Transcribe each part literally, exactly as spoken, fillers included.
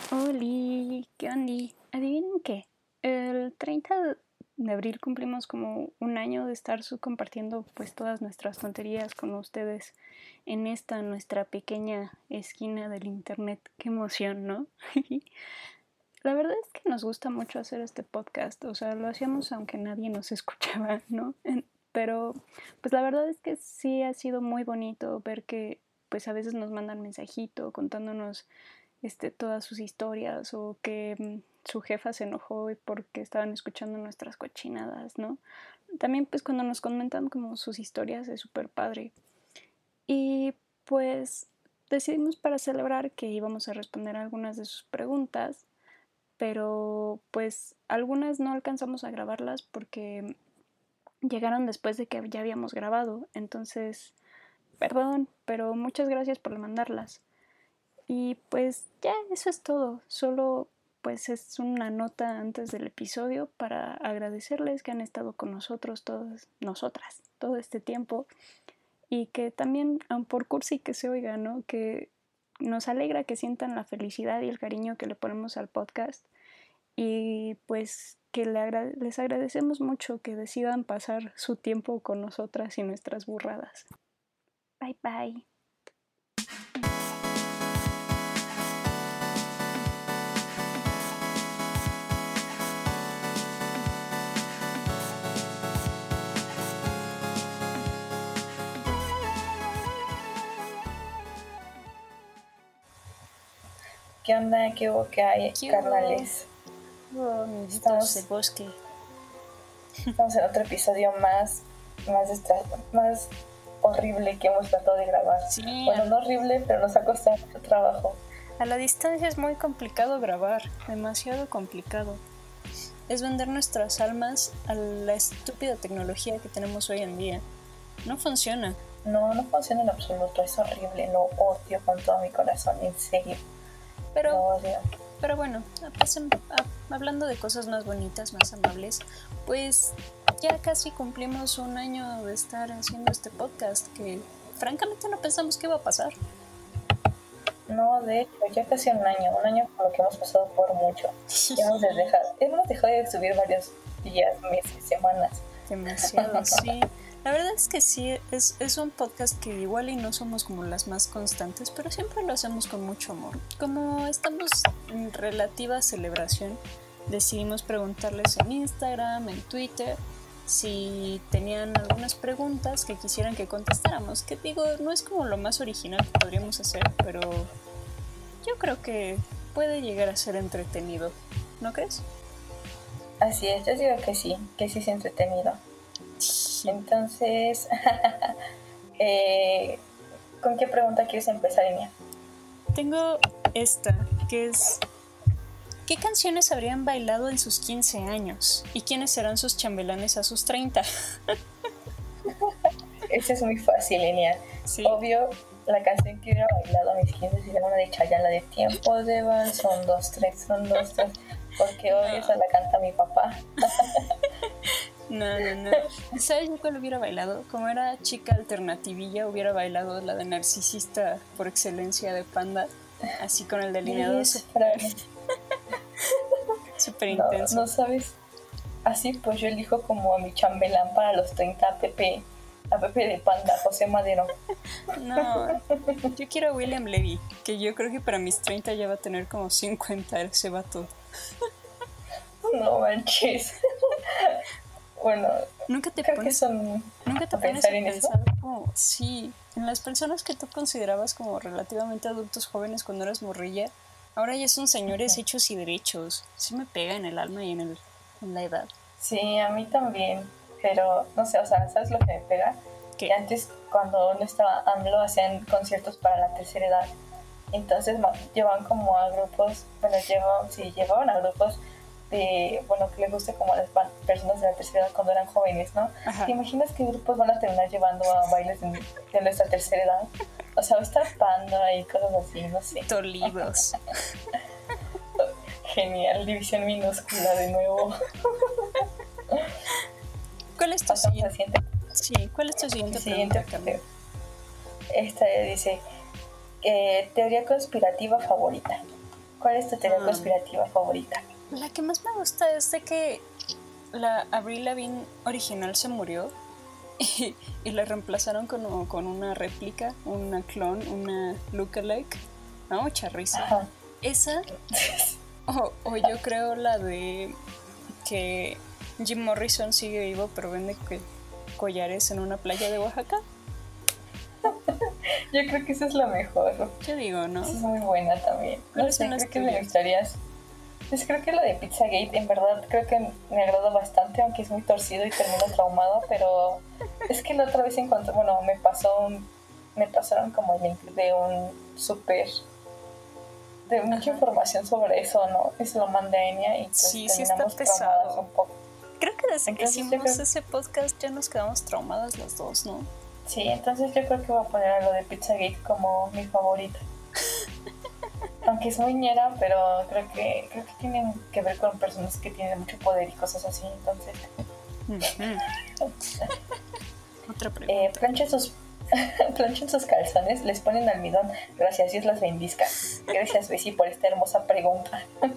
Oli, ¿qué onda? ¿Adivinen qué? El treinta de abril cumplimos como un año de estar compartiendo pues todas nuestras tonterías con ustedes en esta nuestra pequeña esquina del internet. Qué emoción, ¿no? La verdad es que nos gusta mucho hacer este podcast, o sea, lo hacíamos aunque nadie nos escuchaba, ¿no? Pero pues la verdad es que sí ha sido muy bonito ver que pues a veces nos mandan mensajito contándonos este, todas sus historias o que mmm, su jefa se enojó porque estaban escuchando nuestras cochinadas, ¿no? También pues cuando nos comentan como sus historias es súper padre. Y pues decidimos para celebrar que íbamos a responder algunas de sus preguntas, pero pues algunas no alcanzamos a grabarlas porque llegaron después de que ya habíamos grabado, entonces perdón, pero muchas gracias por mandarlas. Y pues ya eso es todo, solo pues es una nota antes del episodio para agradecerles que han estado con nosotros, todas nosotras, todo este tiempo y que también, aun por cursi que se oiga, ¿no? Que nos alegra que sientan la felicidad y el cariño que le ponemos al podcast y pues que le agra- les agradecemos mucho que decidan pasar su tiempo con nosotras y nuestras burradas. Bye bye. ¿Qué onda? ¿Qué hubo? ¿Qué hay, ¿Qué carnales? Oh, amiguitos estamos, del bosque. Estamos en otro episodio más, más, extra, más horrible que hemos tratado de grabar. Sí, bueno, no horrible, pero nos ha costado mucho trabajo. A la distancia es muy complicado grabar, demasiado complicado. Es vender nuestras almas a la estúpida tecnología que tenemos hoy en día. No funciona. No, no funciona en absoluto, es horrible, lo odio con todo mi corazón, en serio. Pero, lo odio. Pero bueno, pues, hablando de cosas más bonitas, más amables, pues ya casi cumplimos un año de estar haciendo este podcast que francamente no pensamos que iba a pasar. No, de hecho, ya casi un año, un año por lo que hemos pasado por mucho. hemos, dejado, hemos dejado de subir varios días, meses, semanas. Demasiado, sí. La verdad es que sí, es, es un podcast que igual y no somos como las más constantes, pero siempre lo hacemos con mucho amor. Como estamos en relativa celebración, decidimos preguntarles en Instagram, en Twitter, si tenían algunas preguntas que quisieran que contestáramos. Que digo, no es como lo más original que podríamos hacer, pero yo creo que puede llegar a ser entretenido, ¿no crees? Así es, yo digo que sí, que sí es entretenido. Entonces, eh, ¿con qué pregunta quieres empezar, Enia? Tengo esta, que es: ¿qué canciones habrían bailado en sus quince años? ¿Y quiénes serán sus chambelanes a sus treinta? Eso es muy fácil, Enia. ¿Sí? Obvio, la canción que hubiera bailado a mis quince sería una de Chayanne, la de Tiempos de Vals, son dos, tres, son dos, tres, porque obvio esa la canta mi papá. No, no, no. ¿Sabes yo cuál hubiera bailado? Como era chica alternativilla, hubiera bailado la de narcisista por excelencia de Panda, así con el delineado súper super intenso. No, no sabes. Así pues yo elijo como a mi chambelán para los treinta, a Pepe, a Pepe de Panda, José Madero. No, yo quiero a William Levy, que yo creo que para mis treinta ya va a tener como cincuenta ese vato. No manches. Bueno, nunca te creo pones, que son nunca te a pones pensar a en pensar eso. como, sí, en las personas que tú considerabas como relativamente adultos jóvenes cuando eras morrilla, ahora ya son señores uh-huh. hechos y derechos. Sí me pega en el alma y en, el, en la edad. Sí, a mí también, pero no sé, o sea, ¿sabes lo que me pega? ¿Qué? Que antes, cuando no estaba AMLO, hacían conciertos para la tercera edad. Entonces llevaban como a grupos, bueno, llevaban, sí, llevaban a grupos de, bueno, que les guste como a las personas de la tercera edad cuando eran jóvenes, ¿no? Ajá. ¿Te imaginas qué grupos van a terminar llevando a bailes de, de nuestra tercera edad? O sea, va a estar Panda y cosas así, no sé. Tolidos. Genial, división minúscula de nuevo. ¿Cuál es tu Pasamos siguiente? siguiente? Sí, ¿cuál es tu siguiente siguiente pregunta, Esta dice, eh, teoría conspirativa favorita. ¿Cuál es tu teoría Ah. conspirativa favorita? La que más me gusta es de que la Avril Lavigne original se murió y, y la reemplazaron con, con una réplica, una clon, una lookalike. No, mucha risa. Ajá. Esa, o, o yo creo la de que Jim Morrison sigue vivo pero vende que, collares en una playa de Oaxaca. Yo creo que esa es la mejor. Yo digo, ¿no? Esa es muy buena también. No ¿Cuáles sé, son las creo que me tuyas? gustarías. Pues creo que lo de Pizzagate, en verdad, creo que me agrada bastante, aunque es muy torcido y termino traumado, pero es que la otra vez encontré, bueno, me pasó un, me pasaron como el link de un súper, de mucha Ajá. información sobre eso, ¿no? Y se lo mandé a Enya y pues Sí, sí está terminamos pesado. traumadas un poco. Creo que desde que Entonces, yo hicimos creo- ese podcast ya nos quedamos traumadas las dos, ¿no? Sí, entonces yo creo que voy a poner a lo de Pizzagate como mi favorita. Aunque es muy ñera, pero creo que creo que tiene que ver con personas que tienen mucho poder y cosas así. Entonces, Ujú. Otra eh, pregunta. planchan sus planchan sus calzones, les ponen almidón. Gracias, Dios las bendiga. Gracias, Bessie, por esta hermosa pregunta. Yo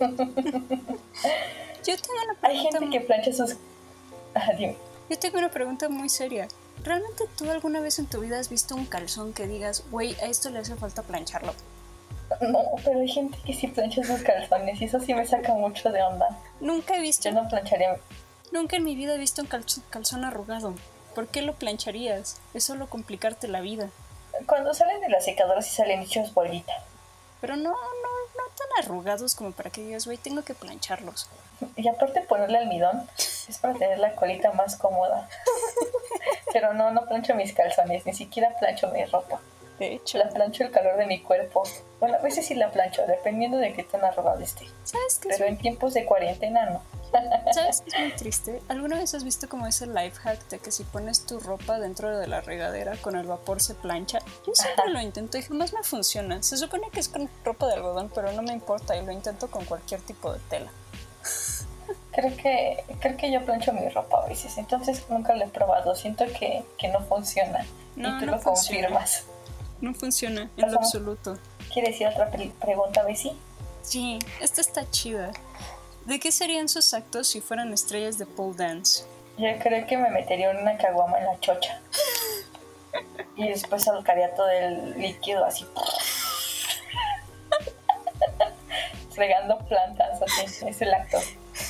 tengo una Hay pregunta. gente que plancha sus... Ah, dime. Yo tengo una pregunta muy seria. ¿Realmente tú alguna vez en tu vida has visto un calzón que digas, güey, a esto le hace falta plancharlo? No, pero hay gente que sí plancha sus calzones y eso sí me saca mucho de onda. Nunca he visto, Yo no plancharía... nunca en mi vida he visto un calzón, calzón arrugado. ¿Por qué lo plancharías? Es solo complicarte la vida. Cuando salen de la secadora sí salen hechos bolita. Pero no, no, no tan arrugados como para que digas, güey, tengo que plancharlos. Y aparte ponerle almidón es para tener la colita más cómoda. Pero no, no plancho mis calzones, ni siquiera plancho mi ropa. De hecho, La plancho el calor de mi cuerpo. Bueno, a veces sí la plancho, dependiendo de qué tan arrugado esté. ¿sabes qué es Pero en tiempos de cuarentena no. ¿Sabes qué es muy triste? ¿Alguna vez has visto como ese life hack de que si pones tu ropa dentro de la regadera con el vapor se plancha? Yo siempre lo intento y jamás me funciona. Se supone que es con ropa de algodón, pero no me importa y lo intento con cualquier tipo de tela. Creo que, creo que yo plancho mi ropa a veces, entonces nunca lo he probado. Siento que, que no funciona. No, y tú no lo funciona. confirmas. No funciona en lo Pasamos. absoluto. ¿Quieres decir otra pre- pregunta, Bessie? Sí, esta está chida. ¿De qué serían sus actos si fueran estrellas de pole dance? Yo creo que me metería una caguama en la chocha. Y después sacaría todo el líquido así. Regando plantas, así. Es el acto.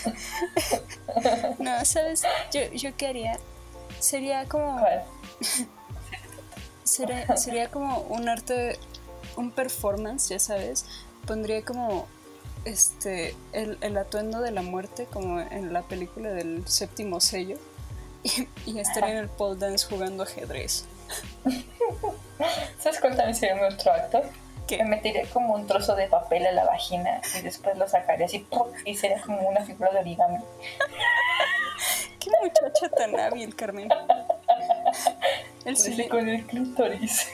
No, ¿sabes? Yo, yo qué haría. Sería como... ¿Cuál? Sería, sería como un arte, un performance, ya sabes. Pondría como este el, el atuendo de la muerte, como en la película del séptimo sello. Y, y estaría en el pole dance jugando ajedrez. ¿Sabes cuál también sería mi otro acto? ¿Qué? Me metería como un trozo de papel a la vagina y después lo sacaría así ¡pum! Y sería como una figura de origami. ¡Qué muchacha tan hábil, Carmen! El Así siguiente... con el clítoris.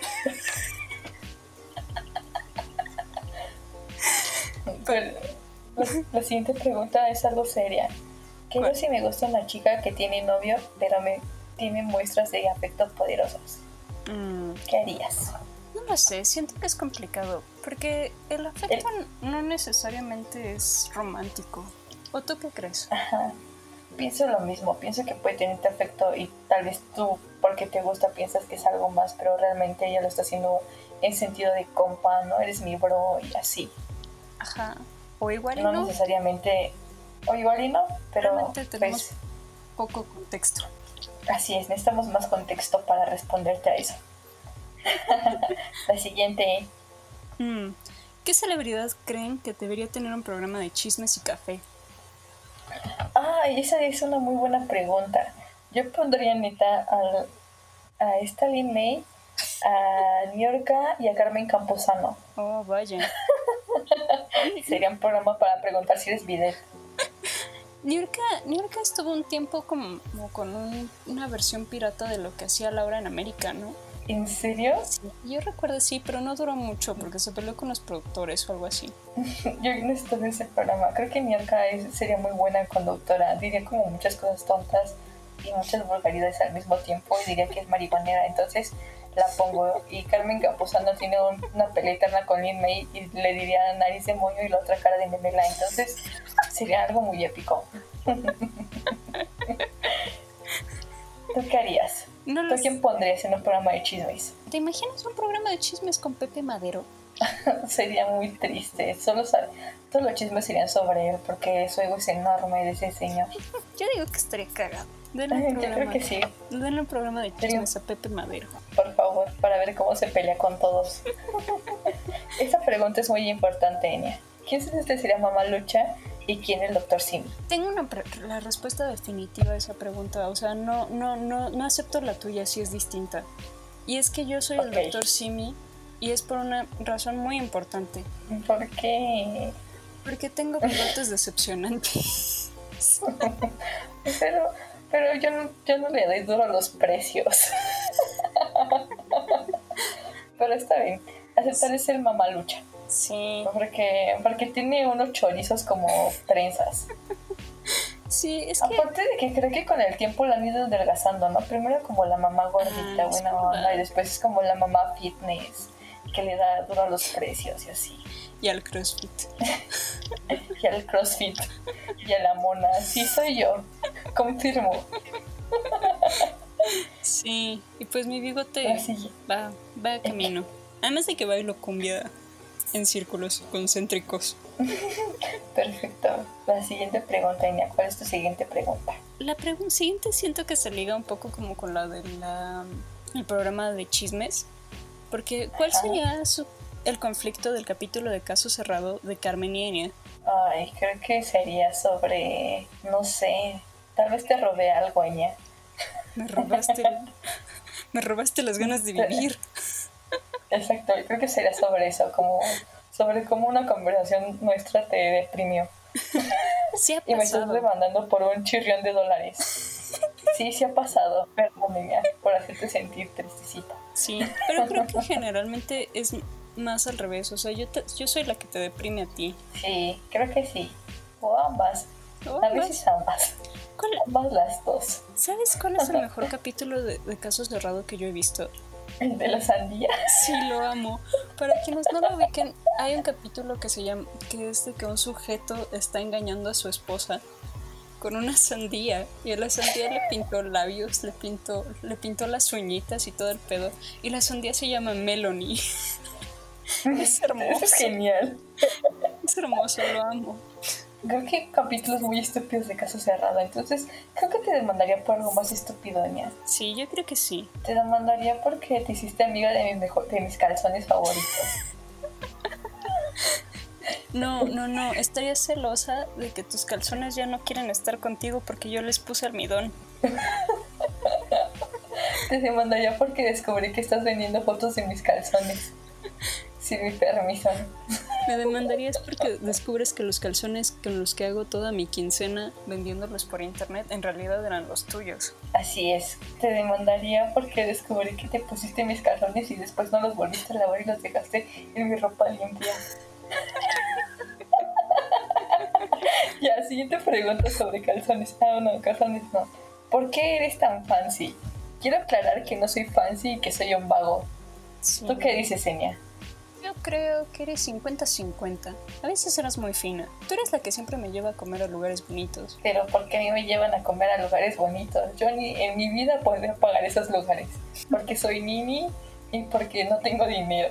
Pero la, la siguiente pregunta es algo seria. ¿Qué ¿Cuál? hago si me gusta una chica que tiene novio, pero me tiene muestras de afecto poderosos? Mm, ¿Qué harías? no lo sé, siento que es complicado. Porque el afecto El- no necesariamente es romántico. ¿O tú qué crees? Ajá. Pienso lo mismo, pienso que puede tenerte afecto y tal vez tú, porque te gusta, piensas que es algo más, pero realmente ella lo está haciendo en sentido de compa, no eres mi bro y así. Ajá. O igual y No no. necesariamente, o igual y no, pero Realmente tenemos pues poco contexto. así es, necesitamos más contexto para responderte a eso. La siguiente, Mm, ¿Qué celebridad creen que debería tener un programa de chismes y café? ah, esa es una muy buena pregunta. Yo pondría neta al, a esta Lin May, a Niurka y a Carmen Campuzano. Oh, vaya. Sería un programa para preguntar si eres vidente. Niurka, Niurka estuvo un tiempo como, como con un- una versión pirata de lo que hacía Laura en América, ¿no? ¿En serio? Sí, yo recuerdo sí, pero no duró mucho porque se peleó con los productores o algo así. Yo necesito ver ese programa. Creo que Niurka es, sería muy buena conductora. Diría como muchas cosas tontas y muchas vulgaridades al mismo tiempo y diría que es marihuanera. Entonces la pongo. Y Carmen Campuzano tiene un, una pelea eterna con Lin May y le diría nariz de moño y la otra cara de memela. Entonces sería algo muy épico. ¿Tú qué harías? No ¿Tú los... quién pondrías en un programa de chismes? ¿Te imaginas un programa de chismes con Pepe Madero? Sería muy triste. Solo sabe, todos los chismes serían sobre él porque su ego es enorme de ese señor. Yo digo que estaría cagado. Denle un Yo programa, creo que sí. denle un programa de chismes a Pepe Madero. Por favor, para ver cómo se pelea con todos. Esa pregunta es muy importante, Enya. ¿Quién se te sería Mamá Lucha y quién el doctor Simi? Tengo una pre- la respuesta definitiva a esa pregunta. O sea, no, no, no, no acepto la tuya si es distinta. Y es que yo soy okay. el doctor Simi y es por una razón muy importante. ¿Por qué? Porque tengo pilotos decepcionantes. pero pero yo, no, yo no le doy duro a los precios. Pero está bien. Aceptar es el Mamalucha. Sí. Porque, porque tiene unos chorizos como trenzas. Sí, es que... Aparte de que creo que con el tiempo la han ido adelgazando, ¿no? Primero como la mamá gordita, ah, buena onda, y después es como la mamá fitness, que le da duro a los precios y así. Y al CrossFit. Y al CrossFit. Y a la mona. Sí, soy yo. Confirmo. Sí, y pues mi bigote así. va, va a camino. Además de que bailo cumbia en círculos concéntricos. Perfecto. La siguiente pregunta, Enya. ¿Cuál es tu siguiente pregunta? La pregunta siguiente siento que se liga un poco como con la del el programa de chismes. Porque, ¿cuál Ajá. sería su, el conflicto del capítulo de Caso Cerrado de Carmen y Enya? Ay, creo que sería sobre... No sé. Tal vez te robé algo, Enya. Me robaste... me robaste las ganas de vivir. Exacto, yo creo que sería sobre eso, como sobre cómo una conversación nuestra te deprimió. Sí ha pasado. Y me estás demandando por un chirrión de dólares. Sí, sí ha pasado, perdón, niña, por hacerte sentir tristecita. Sí, pero creo que generalmente es más al revés, o sea, yo, te, yo soy la que te deprime a ti. Sí, creo que sí, o ambas, o a veces ambas. ¿Cuál? Ambas las dos. ¿Sabes cuál es el mejor capítulo de, de Caso Cerrado que yo he visto? ¿El de la sandía? Sí, lo amo. Para quienes no lo ubiquen, hay un capítulo que se llama, que es de que un sujeto está engañando a su esposa con una sandía, y a la sandía le pintó labios, le pintó, le pintó las uñitas y todo el pedo, y la sandía se llama Melanie. Es hermoso. Es genial. Es hermoso, lo amo. Creo que hay capítulos muy estúpidos de Caso Cerrado, entonces creo que te demandaría por algo más estúpido, Enya. Sí, yo creo que sí. Te demandaría porque te hiciste amiga de, mi mejor, de mis calzones favoritos. No, no, no, estaría celosa de que tus calzones ya no quieren estar contigo porque yo les puse almidón. Te demandaría porque descubrí que estás vendiendo fotos de mis calzones sin mi permiso. Me demandarías porque descubres que los calzones con los que hago toda mi quincena vendiéndolos por internet en realidad eran los tuyos. Así es. Te demandaría porque descubrí que te pusiste mis calzones y después no los volviste a lavar y los dejaste en mi ropa limpia. Ya, siguiente pregunta sobre calzones. Ah, no, calzones no. ¿Por qué eres tan fancy? Quiero aclarar que no soy fancy y que soy un vago. Sí. ¿Tú qué dices, Enya? Yo creo que eres cincuenta cincuenta. A veces eres muy fina. Tú eres la que siempre me lleva a comer a lugares bonitos. Pero ¿por qué a mí me llevan a comer a lugares bonitos? Yo ni en mi vida podría pagar esos lugares. Porque soy nini y porque no tengo dinero.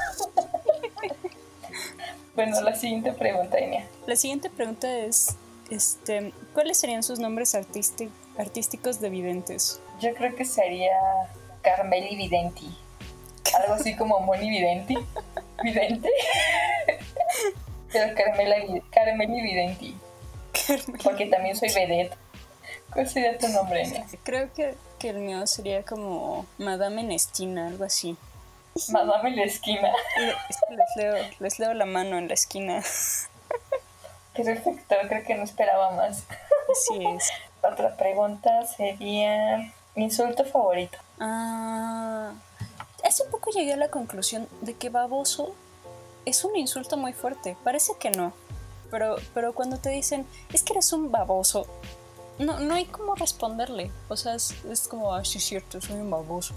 Bueno, sí. La siguiente pregunta, Enya. La siguiente pregunta es, este, ¿cuáles serían sus nombres artísti- artísticos de videntes? Yo creo que sería Carmeli Videnti. Algo así como Moni Videnti. ¿Vidente? Pero Carmela, Carmeli Videnti. Carmeli. Porque también soy vedette. ¿Cuál sería tu nombre, Enya? Creo que, que el mío sería como Madame en Esquina, algo así. Madame en la esquina. Les leo, les leo la mano en la esquina. Perfecto, creo que no esperaba más. Así es. Otra pregunta sería... ¿insulto favorito? Ah, hace poco llegué a la conclusión de que baboso es un insulto muy fuerte. Parece que no. Pero, pero cuando te dicen, es que eres un baboso, no, no hay cómo responderle. O sea, es, es como, ah, sí es cierto, soy un baboso. Ah,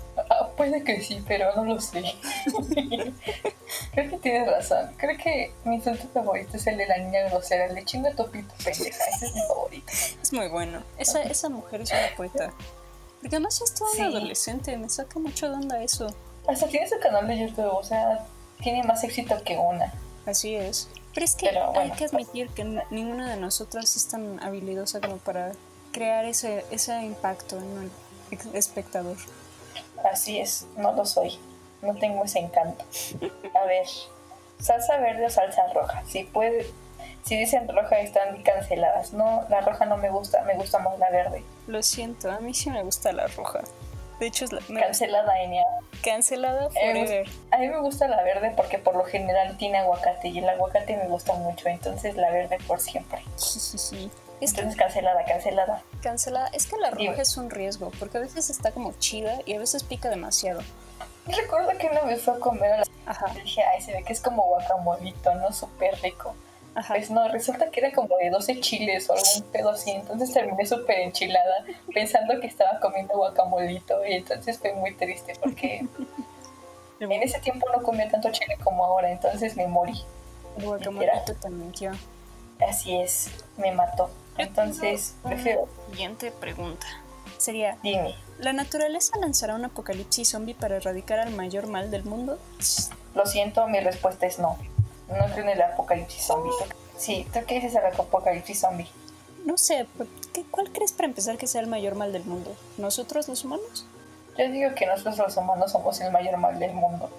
puede que sí, pero no lo sé. Creo que tienes razón. Creo que mi insulto favorito es el de la niña grosera, el de chinga tu pito, pendeja. Ese es mi favorito. Es muy bueno. Esa, esa mujer es una poeta. Porque además es toda Sí. una adolescente, me saca mucho de onda eso. Hasta tiene su canal de YouTube, o sea, tiene más éxito que una. Así es. Pero es que Pero, hay bueno, que admitir que n- ninguna de nosotras es tan habilidosa como para crear ese, ese impacto en el ex- espectador. Así es, no lo soy. No tengo ese encanto. A ver, salsa verde o salsa roja. Si puede, si dicen roja están canceladas. No, la roja no me gusta, me gusta más la verde. Lo siento, a mí sí me gusta la roja. De hecho, es la, me Cancelada, Enya. cancelada forever. Eh, a mí me gusta la verde porque por lo general tiene aguacate y el aguacate me gusta mucho, entonces la verde por siempre. Jijiji. Es que Entonces cancelada, cancelada. cancelada, es que la roja Dime. es un riesgo, porque a veces está como chida y a veces pica demasiado. Recuerdo que una vez fue a comer a la... Ajá, Y dije, ay, se ve que es como guacamolito, ¿no? Súper rico. ajá. Pues no, resulta que era como de doce chiles o algún pedo así, entonces terminé súper enchilada pensando que estaba comiendo guacamolito y entonces fue muy triste porque en ese tiempo no comía tanto chile como ahora, entonces me morí. El guacamolito te mintió. Así es, me mató. Entonces, Una prefiero, siguiente pregunta. Sería, dime, ¿la naturaleza lanzará un apocalipsis zombie para erradicar al mayor mal del mundo? lo siento, mi respuesta es no. No creo en el apocalipsis zombie. Sí, ¿tú qué dices al apocalipsis zombie? No sé, ¿qué, ¿cuál crees para empezar que sea el mayor mal del mundo? ¿Nosotros los humanos? Yo digo que nosotros los humanos somos el mayor mal del mundo,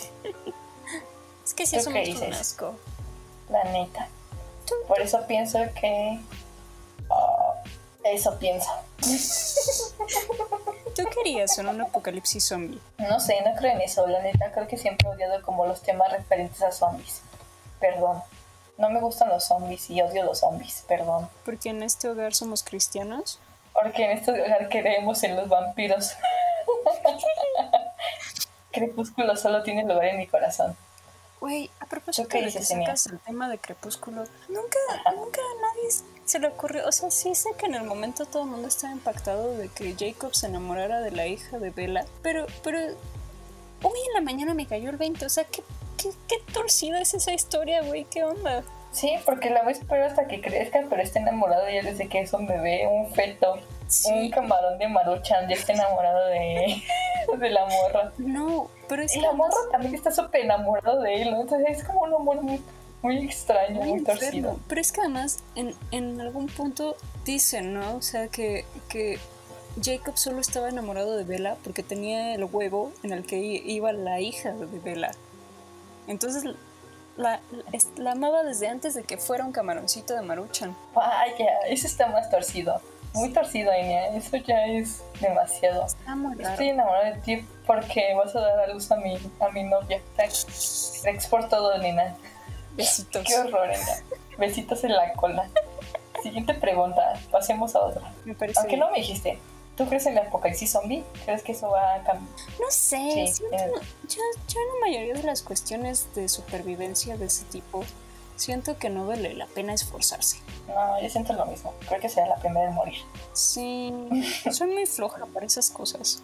Es que sí ¿Tú somos qué un dices? asco. la neta. ¿Tú, Por eso pienso que... ah, eso pienso. ¿Tú querías en un apocalipsis zombie? No sé, no creo en eso, la neta. Creo que siempre he odiado como los temas referentes a zombies. Perdón. No me gustan los zombies y odio los zombies, perdón. Porque en este hogar somos cristianos. Porque en este lugar creemos en los vampiros. Crepúsculo solo tiene lugar en mi corazón. Güey, a propósito ¿Tú qué de que dices, Enia? sacas el tema de Crepúsculo, nunca, nunca a nadie se le ocurrió, o sea, sí sé que en el momento todo el mundo estaba impactado de que Jacob se enamorara de la hija de Bella, pero, pero hoy en la mañana me cayó el veinte, o sea, qué, qué, qué torcida es esa historia, güey, qué onda. Sí, porque la voy a esperar hasta que crezca, pero está enamorado ya desde que es un bebé, un feto, Sí. un camarón de Maruchan, ya está enamorado de, de la morra. No, pero es Y que la además- morra también está súper enamorado de él, ¿no? Entonces es como un amor muy, muy extraño, muy, muy torcido. enfermo. Pero es que además en, en algún punto dicen, ¿no? O sea, que, que Jacob solo estaba enamorado de Bella porque tenía el huevo en el que i- iba la hija de Bella. Entonces la, la, la amaba desde antes de que fuera un camaroncito de Maruchan. Vaya, eso está más torcido. Muy torcido, Enya. Eso ya es demasiado. Está muy raro. Estoy enamorada de ti porque vas a dar a luz a mi, a mi novia. Rex por todo, nena. Besitos. Qué horror, Enya. Besitos en la cola. Siguiente pregunta. Pasemos a otra. Me parece Aunque bien. no me dijiste. ¿Tú crees en el apocalipsis zombie? ¿Crees que eso va a cambiar? No sé, Sí, siento- eh. yo, yo en la mayoría de las cuestiones de supervivencia de ese tipo, siento que no vale la pena esforzarse. No, yo siento lo mismo. Creo que será la primera en morir. Sí, soy muy floja para esas cosas.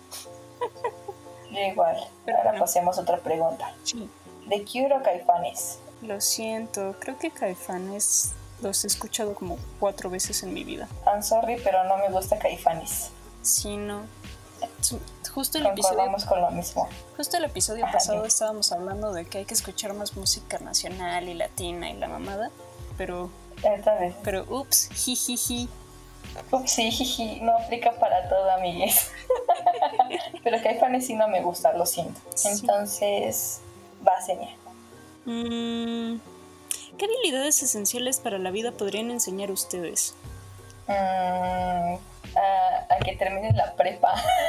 Yo igual. Pero Ahora bueno. pasemos a otra pregunta. Sí. ¿De Cure o Caifanes? Lo siento, creo que Caifanes los he escuchado como cuatro veces en mi vida. I'm sorry, pero no me gusta Caifanes. Sí, no. Su- Justo el episodio, Concordamos con lo mismo. justo el episodio Ajá, pasado sí. estábamos hablando de que hay que escuchar más música nacional y latina y la mamada, pero, Esta vez. pero, ups, jijiji. Ups, sí, jiji, no aplica para todo, amigues. Pero Caifanes sí no me gusta, lo siento. Sí. Entonces, va, Senia. Mm, ¿qué habilidades esenciales para la vida podrían enseñar ustedes? Mm, a, a que terminen la prepa.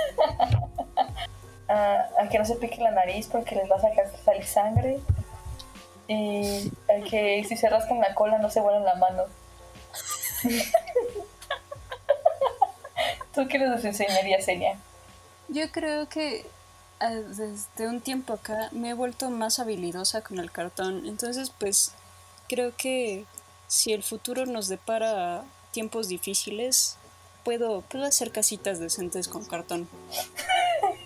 a, a que no se pique la nariz porque les va a sacar salir sangre. Y a que si se rascan la cola no se vuelan la mano. ¿Tú qué les enseñarías, Senia? Yo creo que ah, desde un tiempo acá me he vuelto más habilidosa con el cartón. Entonces, pues, creo que si el futuro nos depara tiempos difíciles, puedo, puedo hacer casitas decentes con cartón.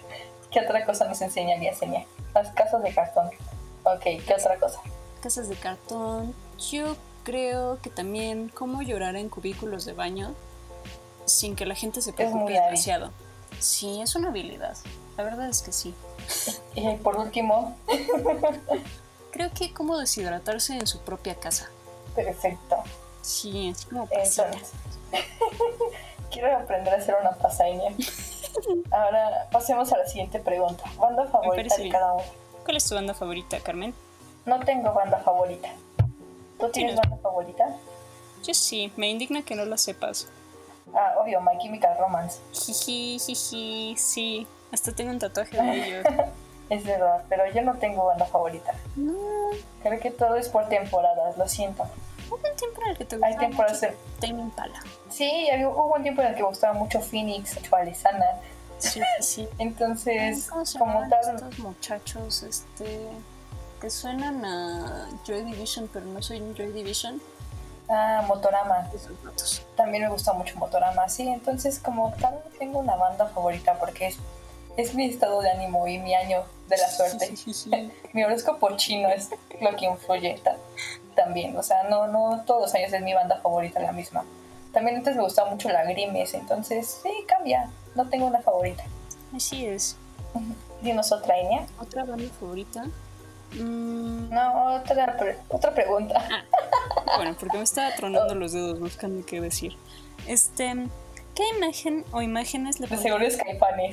¿Qué otra cosa nos enseñaría, Senia? Las casas de cartón. Ok, ¿qué otra cosa? Casas de cartón. Yo creo que también cómo llorar en cubículos de baño sin que la gente se preocupe demasiado. Sí, es una habilidad. La verdad es que sí. Y por último... creo que cómo deshidratarse en su propia casa. Perfecto. Sí, es como pasita. Entonces, quiero aprender a hacer una pasaña. Ahora pasemos a la siguiente pregunta. ¿Banda favorita de cada uno? ¿Cuál es tu banda favorita, Carmen? No tengo banda favorita. ¿Tú tienes banda favorita? Yo sí, me indigna que no la sepas. Ah, obvio, My Chemical Romance. Jiji, jiji, sí. Hasta tengo un tatuaje de ellos. Es verdad, pero yo no tengo banda favorita. No. Creo que todo es por temporadas, lo siento. Hubo un tiempo en el que te gustaba Hay temporadas mucho de... Tame Impala. Sí, hubo un tiempo en el que me gustaba mucho Phoenix, mucho Alesana. Sí, sí. Entonces, ¿cómo se como llaman tal... estos muchachos, este... que suenan a Joy Division, pero no soy Joy Division? Ah, Motorama. Esos datos. También me gusta mucho Motorama, sí. Entonces, como tal, no tengo una banda favorita porque es, es mi estado de ánimo y mi año de la suerte. Mi horóscopo chino es lo que influye ta- también. O sea, no, no todos los años es mi banda favorita la misma. También antes me gustaba mucho la Grimes, entonces sí, cambia. No tengo una favorita. Así es. Dinos otra, Enya. ¿Otra banda favorita? Mm. No, otra, pre- otra pregunta. Ah, bueno, porque me estaba tronando los dedos buscando qué decir. Este, ¿qué imagen o imágenes le De seguro es Caifanes.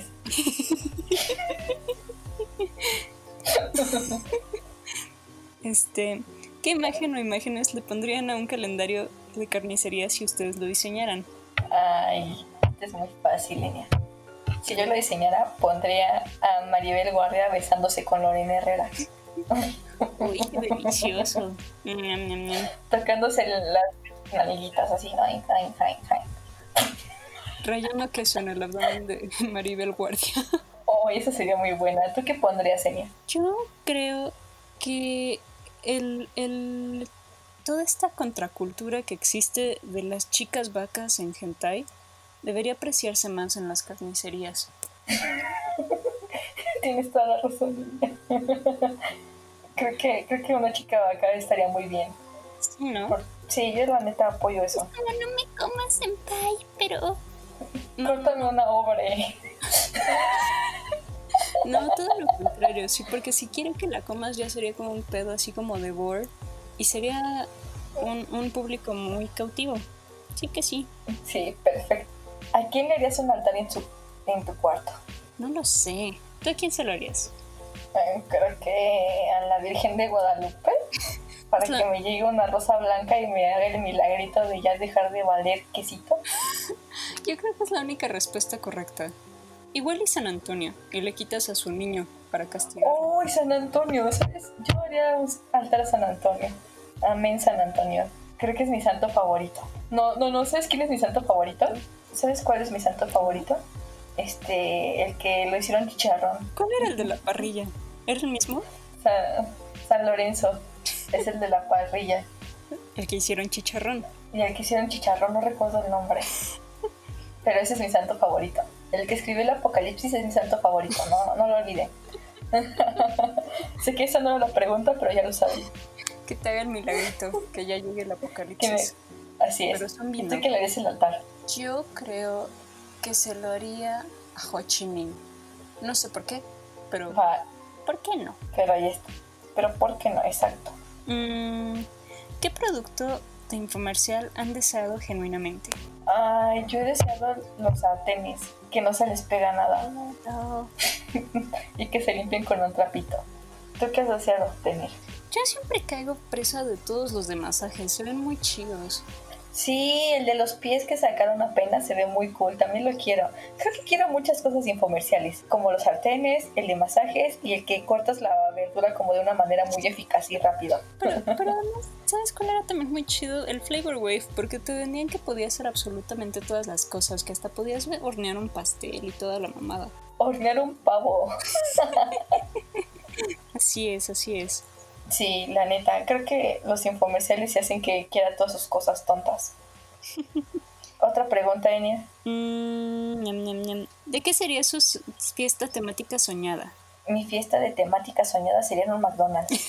Este, ¿qué imagen o imágenes le pondrían a un calendario de carnicería si ustedes lo diseñaran? Ay, esto es muy fácil, Enya. Si yo lo diseñara, pondría a Maribel Guardia besándose con Lorena Herrera. Uy, qué delicioso. Ñam, ñam, ñam. Tocándose las nalguitas así. Ay, ay, ay, ay. Rayando queso en el abdomen de Maribel Guardia. Oh, esa sería muy buena. ¿Tú qué pondrías, Enya? Yo creo que el, el, toda esta contracultura que existe de las chicas vacas en hentai debería apreciarse más en las carnicerías. Tienes toda la razón. creo, que, creo que una chica vaca estaría muy bien. Sí, ¿no? Por, sí, yo la neta apoyo eso. No, no me comas, senpai, pero... Córtame no. una obra. No, todo lo contrario, sí, porque si quieren que la comas ya sería como un pedo así como de gore y sería un, un público muy cautivo. Sí que sí. Sí, perfecto. ¿A quién le harías un altar en, su, en tu cuarto? No lo sé. ¿Tú a quién se lo harías? Eh, creo que a la Virgen de Guadalupe, para Claro. que me llegue una rosa blanca y me haga el milagrito de ya dejar de valer quesito. Yo creo que es la única respuesta correcta. Igual y San Antonio, y le quitas a su niño para castigar. ¡Oh, San Antonio! ¿Sabes? Yo haría un altar a San Antonio. Amén, San Antonio. Creo que es mi santo favorito. No, no, no, ¿sabes quién es mi santo favorito? ¿Sabes cuál es mi santo favorito? Este, el que lo hicieron chicharrón. ¿Cuál era el de la parrilla? ¿Era el mismo? San, San Lorenzo es el de la parrilla. El que hicieron chicharrón. Y el que hicieron chicharrón, no recuerdo el nombre. Pero ese es mi santo favorito. El que escribió el Apocalipsis es mi santo favorito, no, no lo olvidé. Sé que esa no era la pregunta, pero ya lo saben. Que te haga el milagrito, que ya llegue el apocalipsis. Me... Así es. Pero son ¿Y bien, tú ¿no? que le harías el altar? Yo creo que se lo haría a Ho Chi Minh. No sé por qué, pero Va, ¿por qué no? pero ahí está. Pero ¿por qué no? Exacto. Mm, ¿Qué producto de infomercial han deseado genuinamente? Ay, yo he deseado los sartenes, que no se les pega nada. Oh. Y que se limpien con un trapito. ¿Tú qué has deseado tener? Yo siempre caigo presa de todos los de masajes, se ven muy chidos. Sí, el de los pies que sacaron apenas se ve muy cool, también lo quiero. Creo que quiero muchas cosas infomerciales, como los sartenes, el de masajes y el que cortas la verdura como de una manera muy eficaz y rápida. Pero, pero además, ¿sabes cuál era también muy chido? El Flavor Wave, porque te vendían que podías hacer absolutamente todas las cosas, que hasta podías hornear un pastel y toda la mamada. Hornear un pavo. Así es, así es. Sí, la neta, creo que los infomerciales se hacen que quiera todas sus cosas tontas. Otra pregunta, Enya. Mm, ñam, ñam, ñam. ¿De qué sería su s- fiesta temática soñada? Mi fiesta de temática soñada sería en un McDonald's.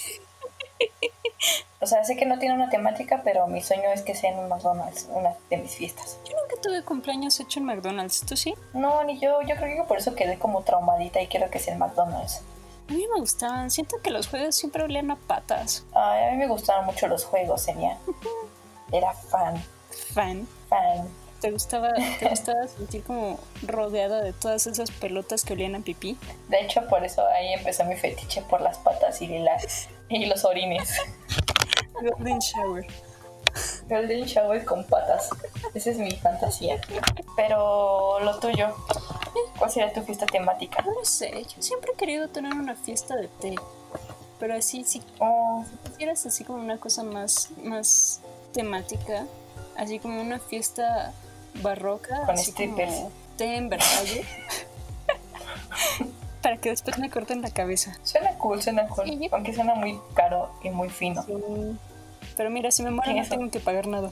O sea, sé que no tiene una temática, pero mi sueño es que sea en un McDonald's, una de mis fiestas. Yo nunca tuve cumpleaños hecho en McDonald's, ¿tú sí? No, ni yo. Yo creo que por eso quedé como traumadita y quiero que sea en McDonald's. A mí me gustaban, siento que los juegos siempre olían a patas. Ay, a mí me gustaban mucho los juegos, Enya. Era fan, Fan. fan. ¿Te gustaba, te gustaba sentir como rodeada de todas esas pelotas que olían a pipí? De hecho, por eso ahí empezó mi fetiche por las patas y, la, y los orines. Golden Shower. Golden Shower con patas. Esa es mi fantasía. Pero lo tuyo, ¿cuál sería tu fiesta temática? No lo sé, yo siempre he querido tener una fiesta de té. Pero así, si Oh, quisieras así como una cosa más, más temática, así como una fiesta barroca, Con así strippers. como té en Versalles, para que después me corten la cabeza. suena cool, suena cool. Sí, yo- Aunque suena muy caro y muy fino. Sí. Pero mira, si me muero no Eso. tengo que pagar nada.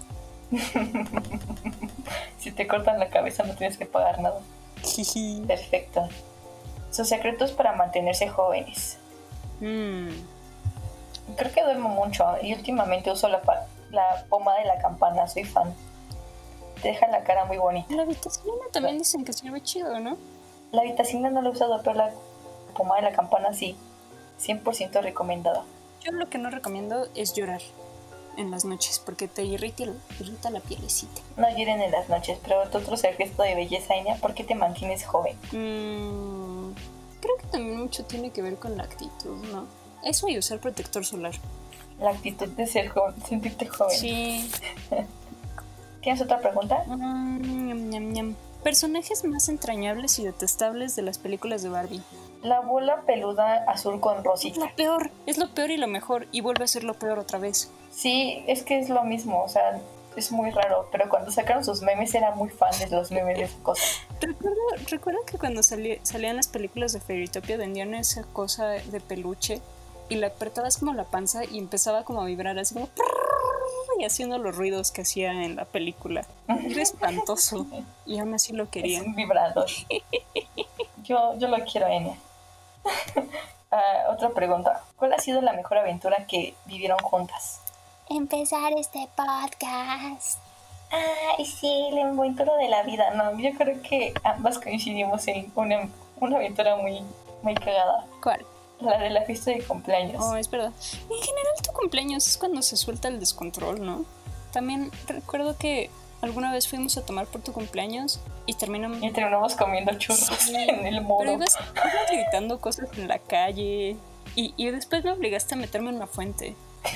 Si te cortan la cabeza no tienes que pagar nada. Jiji. Perfecto. Sus secretos para mantenerse jóvenes. Mm. Creo que duermo mucho y últimamente uso la, pa- la pomada de la campana, soy fan. Te deja la cara muy bonita. La vitacilina también dicen que sirve chido, ¿no? La vitacilina no la he usado, pero la pomada de la campana sí. cien por ciento recomendada. Yo lo que no recomiendo es llorar en las noches porque te irrita, irrita la pielecita. No lloren en las noches, pero tu otro secreto de belleza, Enya, ¿por qué te mantienes joven? Mm, creo que también mucho tiene que ver con la actitud, ¿no? Eso y usar protector solar. La actitud de ser joven, sentirte joven. Sí. ¿Tienes otra pregunta? Mm, ñam, ñam, ñam. Personajes más entrañables y detestables de las películas de Barbie. La bola peluda azul con Es rosita. lo peor, es lo peor y lo mejor, y vuelve a ser lo peor otra vez. Sí, es que es lo mismo, o sea, es muy raro, pero cuando sacaron sus memes era muy fan de los memes de esa cosa. Recuerdo, recuerdo que cuando salí- salían las películas de Fairytopia vendían esa cosa de peluche y le apretabas como la panza y empezaba como a vibrar así como y haciendo los ruidos que hacía en la película. Era espantoso y aún así lo Es quería. un vibrador. Yo, yo lo quiero, Enya. Ah, otra pregunta. ¿Cuál ha sido la mejor aventura que vivieron juntas? Empezar este podcast. Ay, sí, la aventura de la vida. No, yo creo que ambas coincidimos en una, una aventura muy, muy cagada. ¿Cuál? La de la fiesta de cumpleaños. Oh, es verdad. En general tu cumpleaños es cuando se suelta el descontrol, ¿no? También recuerdo que alguna vez fuimos a tomar por tu cumpleaños y terminamos... Y terminamos comiendo churros Sí, en el muro. Pero ibas, ibas gritando cosas en la calle y, y después me obligaste a meterme en una fuente.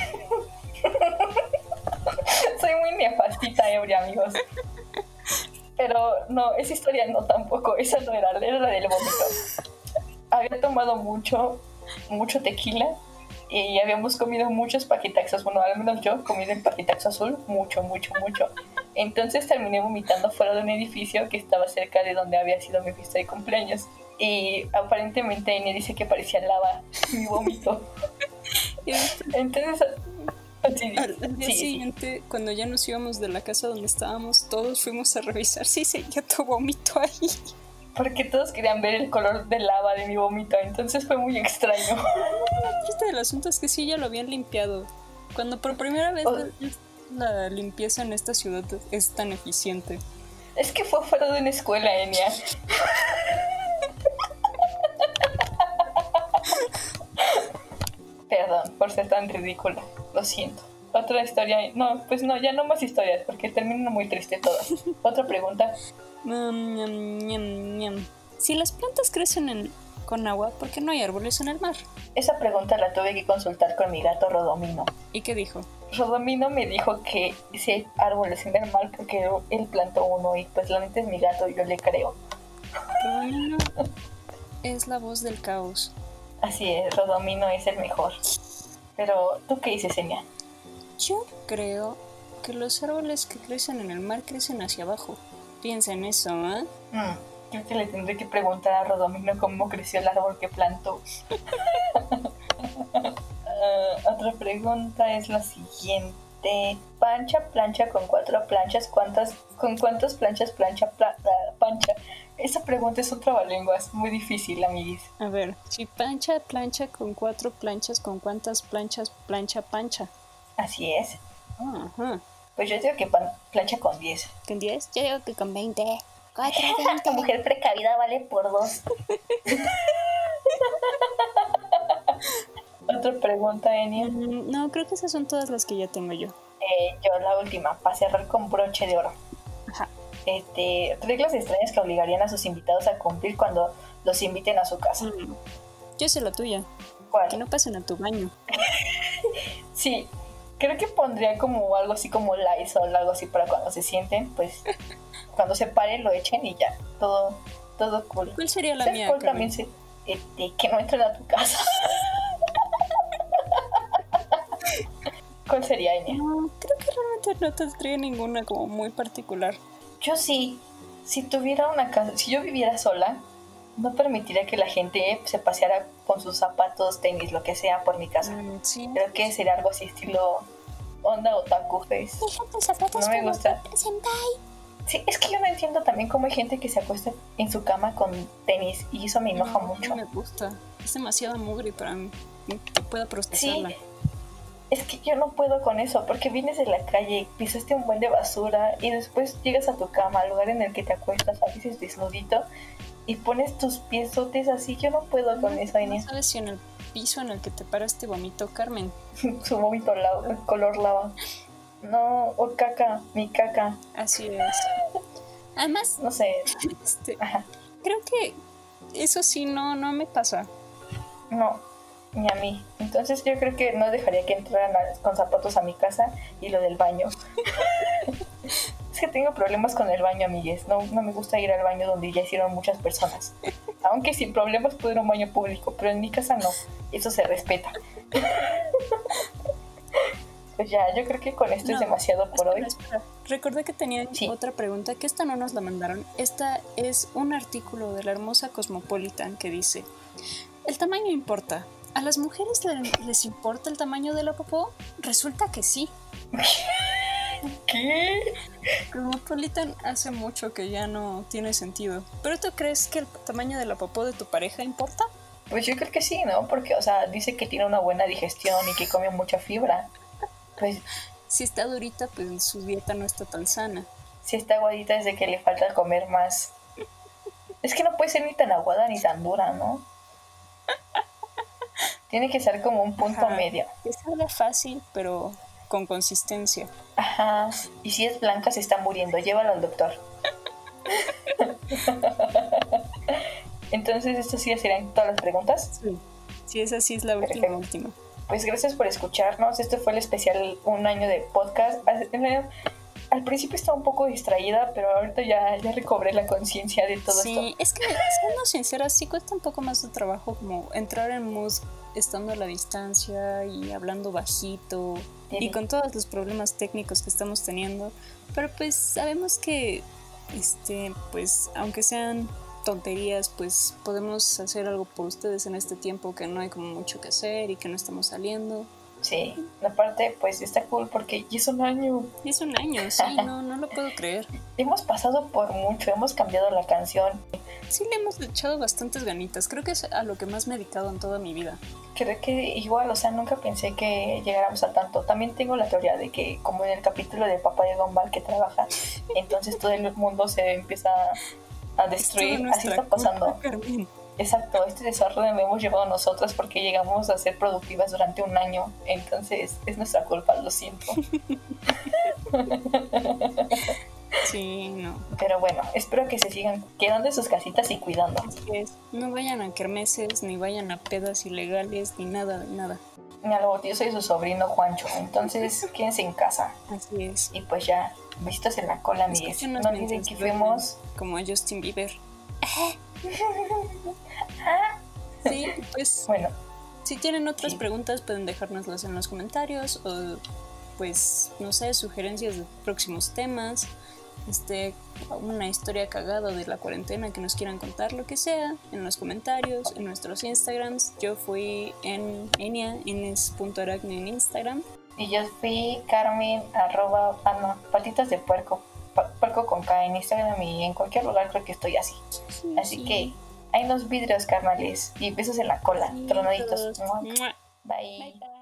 Soy muy nefastita, ebria, amigos. Pero no, esa historia no tampoco. Esa no era, era la del vómito. Había tomado mucho, mucho tequila y habíamos comido muchos paquetaxos. Bueno, al menos yo comí el paquetaxo azul mucho, mucho, mucho. Entonces terminé vomitando fuera de un edificio que estaba cerca de donde había sido mi fiesta de cumpleaños. Y aparentemente Enya dice que parecía lava mi vómito. Y después, Entonces, sí, al, al día sí, sí. siguiente, cuando ya nos íbamos de la casa donde estábamos, todos fuimos a revisar si seguía tu vómito ahí. Porque todos querían ver el color de lava de mi vómito, entonces fue muy extraño. La triste del asunto es que sí, ya lo habían limpiado. Cuando por primera vez Oh. la limpieza en esta ciudad es tan eficiente. Es que fue fuera de una escuela, Enya. Perdón por ser tan ridícula, lo siento. Otra historia, no, pues no, ya no más historias, porque terminan muy triste todas. Otra pregunta, Ñam, ñam, ñam, ñam. Si las plantas crecen en- con agua, ¿por qué no hay árboles en el mar? esa pregunta la tuve que consultar con mi gato Rodomino. ¿Y qué dijo? Rodomino me dijo que si hay árboles en el mar porque él plantó uno y pues la neta es mi gato y yo le creo. Rodomino es la voz del caos. Así es, Rodomino es el mejor. Pero, ¿tú qué dices, Enya? Yo creo que los árboles que crecen en el mar crecen hacia abajo. Piensa en eso, ¿eh? Hmm, creo que le tendré que preguntar a Rodomino cómo creció el árbol que plantó. Uh, otra pregunta es la siguiente. Pancha plancha con cuatro planchas. ¿Cuántas, ¿Con cuántas planchas plancha pla- uh, Pancha? Esa pregunta es un trabalenguas muy difícil, amiguis. A ver, si Pancha plancha con cuatro planchas, ¿con cuántas planchas plancha Pancha? Así es. Ajá. Pues yo digo que pan- plancha con diez. ¿Con diez? Yo digo que con veinte. Cuatro, La veinte. mujer precavida vale por dos. Otra pregunta, Enia. Mm, no, creo que esas son todas las que ya tengo yo. Eh, yo la última, para cerrar con broche de oro. Ajá. Este, reglas extrañas que obligarían a sus invitados a cumplir cuando los inviten a su casa. Mm. Yo sé la tuya. ¿Cuál? Que no pasen a tu baño. Sí, creo que pondría como algo así como Lysol, algo así para cuando se sienten, pues cuando se paren lo echen y ya, todo, todo cool. ¿Cuál sería la ¿Sabes mía, cuál Carmen? también se, este, que no entren a tu casa? ¿Cuál sería, Enya? No, creo que realmente no tendría ninguna como muy particular. Yo sí, si tuviera una casa, si yo viviera sola, no permitiría que la gente se paseara con sus zapatos, tenis, lo que sea, por mi casa. Mm, sí. Creo que sería algo así estilo onda otaku face. Deja tus zapatos No me como gusta. senpai. Sí, es que yo no entiendo también cómo hay gente que se acuesta en su cama con tenis y eso me enoja No, mucho. No me gusta. Es demasiado mugre para mí. Que pueda Sí, procesarla. es que yo no puedo con eso porque vienes de la calle, pisaste un buen de basura y después llegas a tu cama, al lugar en el que te acuestas, a veces desnudito, y pones tus piesotes así. Yo no puedo con No, eso, no Enia. sabes si en el piso en el que te paras te vomitó Carmen. Su vómito lava, color lava. No, o caca, mi caca. Así es. Además, No sé. este, Ajá. creo que eso sí no, no me pasa. No, ni a mí. Entonces yo creo que no dejaría que entraran a- con zapatos a mi casa. Y lo del baño. Es que tengo problemas con el baño, amigues. No, no me gusta ir al baño donde ya hicieron muchas personas. Aunque sin problemas puedo ir a un baño público, pero en mi casa no. Eso se respeta. Pues ya, yo creo que con esto No, es demasiado por espera, hoy. espera. Recordé que tenían Sí. otra pregunta, que esta no nos la mandaron. Esta es un artículo de la hermosa Cosmopolitan que dice: ¿el tamaño importa? ¿A las mujeres le- les importa el tamaño de la popó? Resulta que sí. ¿Qué? Cosmopolitan hace mucho que ya no tiene sentido. ¿Pero tú crees que el tamaño de la popó de tu pareja importa? Pues yo creo que sí, ¿no? Porque, o sea, dice que tiene una buena digestión y que come mucha fibra. Pues Si está durita, pues su dieta no está tan sana. si está aguadita es de que le falta comer más. Es que no puede ser ni tan aguada ni tan dura, ¿no? Tiene que ser como un punto Ajá. medio. Que salga fácil, pero con consistencia. Ajá. Y si es blanca se está muriendo, llévalo al doctor. Entonces, estas sí serían todas las preguntas. Sí. Si esa sí es la última, Perfecto. última. Pues gracias por escucharnos. Este fue el especial un año de podcast. Al principio estaba un poco distraída, pero ahorita ya, ya recobré la conciencia de todo Sí, esto. es que, siendo sincera, sí cuesta un poco más de trabajo como entrar en mood estando a la distancia y hablando bajito y Sí. con todos los problemas técnicos que estamos teniendo. Pero pues sabemos que, este, pues, aunque sean tonterías, pues podemos hacer algo por ustedes en este tiempo que no hay como mucho que hacer y que no estamos saliendo. Sí, aparte pues está cool porque ya es un año. Y es un año, sí, no, no lo puedo creer. Hemos pasado por mucho, hemos cambiado la canción. Sí le hemos echado bastantes ganitas, creo que es a lo que más me he dedicado en toda mi vida. Creo que igual, o sea, nunca pensé que llegáramos a tanto. También tengo la teoría de que como en el capítulo de Papá de Gumball que trabaja, entonces todo el mundo se empieza a destruir. Así está pasando. Carmen. Exacto, este desorden lo hemos llevado nosotras porque llegamos a ser productivas durante un año. Entonces es nuestra culpa, lo siento. Sí, no. Pero bueno, espero que se sigan quedando en sus casitas y cuidando. Así es. No vayan a kermeses, ni vayan a pedas ilegales, ni nada de nada. Mi algo, yo soy su sobrino Juancho, entonces quédense en casa. Así es. Y pues ya, besitos en la cola, amigues. Escuchen unas No olviden mensajes que de- fuimos... como a Justin Bieber. Sí, pues Bueno, si tienen otras Sí. preguntas pueden dejárnoslas en los comentarios o pues no sé, sugerencias de próximos temas, este, una historia cagada de la cuarentena que nos quieran contar, lo que sea, en los comentarios, en nuestros Instagrams. Yo fui en Enia, enes.aracne en Instagram. y yo fui Carmen, arroba, ah no, patitas de puerco. Palco con K en Instagram y en cualquier lugar creo que estoy así. Sí, Así sí. que hay unos vidrios, carnales, y besos en la cola, Sí, tronaditos. todos. Bye. Bye, bye.